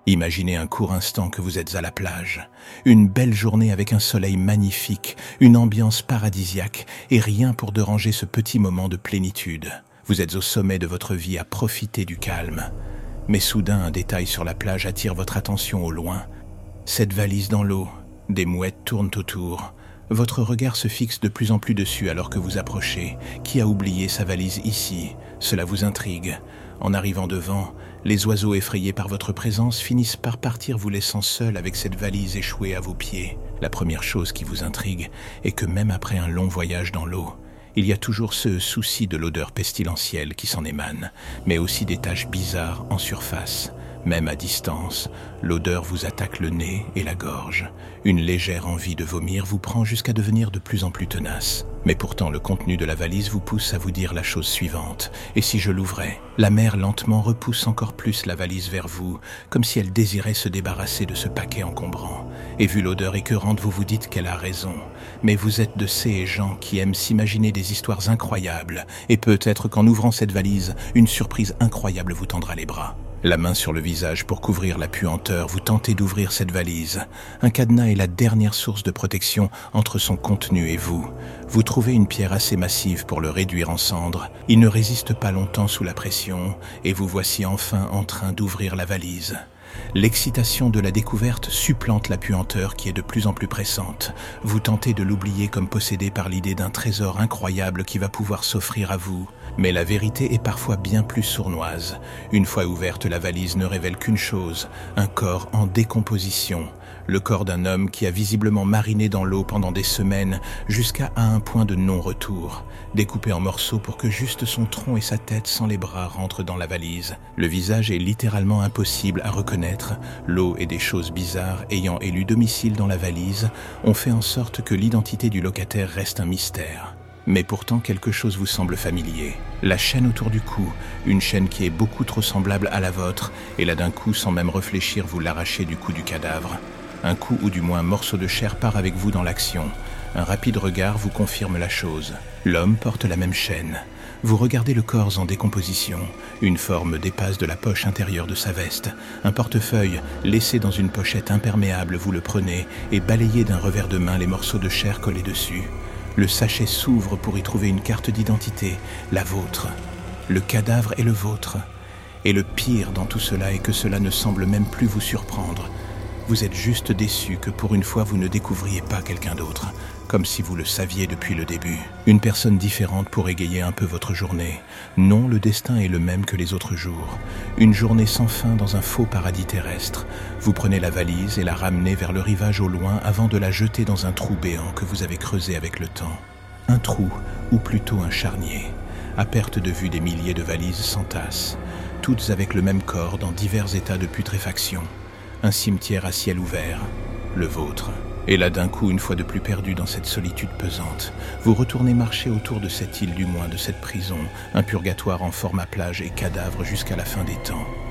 Imaginez un court instant que vous êtes à la plage. Une belle journée avec un soleil magnifique, une ambiance paradisiaque et rien pour déranger ce petit moment de plénitude. Vous êtes au sommet de votre vie à profiter du calme. Mais soudain, un détail sur la plage attire votre attention au loin. Cette valise dans l'eau, des mouettes tournent autour. Votre regard se fixe de plus en plus dessus alors que vous approchez. Qui a oublié sa valise ici? Cela vous intrigue. En arrivant devant, les oiseaux effrayés par votre présence finissent par partir vous laissant seul avec cette valise échouée à vos pieds. La première chose qui vous intrigue est que même après un long voyage dans l'eau, il y a toujours ce souci de l'odeur pestilentielle qui s'en émane, mais aussi des taches bizarres en surface. Même à distance, l'odeur vous attaque le nez et la gorge. Une légère envie de vomir vous prend jusqu'à devenir de plus en plus tenace. Mais pourtant, le contenu de la valise vous pousse à vous dire la chose suivante. Et si je l'ouvrais? La mer lentement repousse encore plus la valise vers vous, comme si elle désirait se débarrasser de ce paquet encombrant. Et vu l'odeur écœurante, vous vous dites qu'elle a raison. Mais vous êtes de ces gens qui aiment s'imaginer des histoires incroyables. Et peut-être qu'en ouvrant cette valise, une surprise incroyable vous tendra les bras. La main sur le visage pour couvrir la puanteur, vous tentez d'ouvrir cette valise. Un cadenas est la dernière source de protection entre son contenu et vous. Vous trouvez une pierre assez massive pour le réduire en cendres. Il ne résiste pas longtemps sous la pression et vous voici enfin en train d'ouvrir la valise. L'excitation de la découverte supplante la puanteur qui est de plus en plus pressante. Vous tentez de l'oublier comme possédé par l'idée d'un trésor incroyable qui va pouvoir s'offrir à vous. Mais la vérité est parfois bien plus sournoise. Une fois ouverte, la valise ne révèle qu'une chose, un corps en décomposition. Le corps d'un homme qui a visiblement mariné dans l'eau pendant des semaines jusqu'à un point de non-retour, découpé en morceaux pour que juste son tronc et sa tête sans les bras rentrent dans la valise. Le visage est littéralement impossible à reconnaître. L'eau et des choses bizarres ayant élu domicile dans la valise ont fait en sorte que l'identité du locataire reste un mystère. Mais pourtant quelque chose vous semble familier. La chaîne autour du cou, une chaîne qui est beaucoup trop semblable à la vôtre, et là d'un coup, sans même réfléchir, vous l'arrachez du cou du cadavre. Un coup ou du moins un morceau de chair part avec vous dans l'action. Un rapide regard vous confirme la chose. L'homme porte la même chaîne. Vous regardez le corps en décomposition. Une forme dépasse de la poche intérieure de sa veste. Un portefeuille laissé dans une pochette imperméable, vous le prenez et balayez d'un revers de main les morceaux de chair collés dessus. Le sachet s'ouvre pour y trouver une carte d'identité, la vôtre. Le cadavre est le vôtre. Et le pire dans tout cela est que cela ne semble même plus vous surprendre. Vous êtes juste déçu que pour une fois vous ne découvriez pas quelqu'un d'autre, comme si vous le saviez depuis le début. Une personne différente pour égayer un peu votre journée. Non, le destin est le même que les autres jours. Une journée sans fin dans un faux paradis terrestre. Vous prenez la valise et la ramenez vers le rivage au loin avant de la jeter dans un trou béant que vous avez creusé avec le temps. Un trou, ou plutôt un charnier. À perte de vue, des milliers de valises s'entassent, toutes avec le même corps dans divers états de putréfaction. Un cimetière à ciel ouvert, le vôtre. Et là d'un coup, une fois de plus perdu dans cette solitude pesante, vous retournez marcher autour de cette île, du moins de cette prison, un purgatoire en forme à plage et cadavre jusqu'à la fin des temps.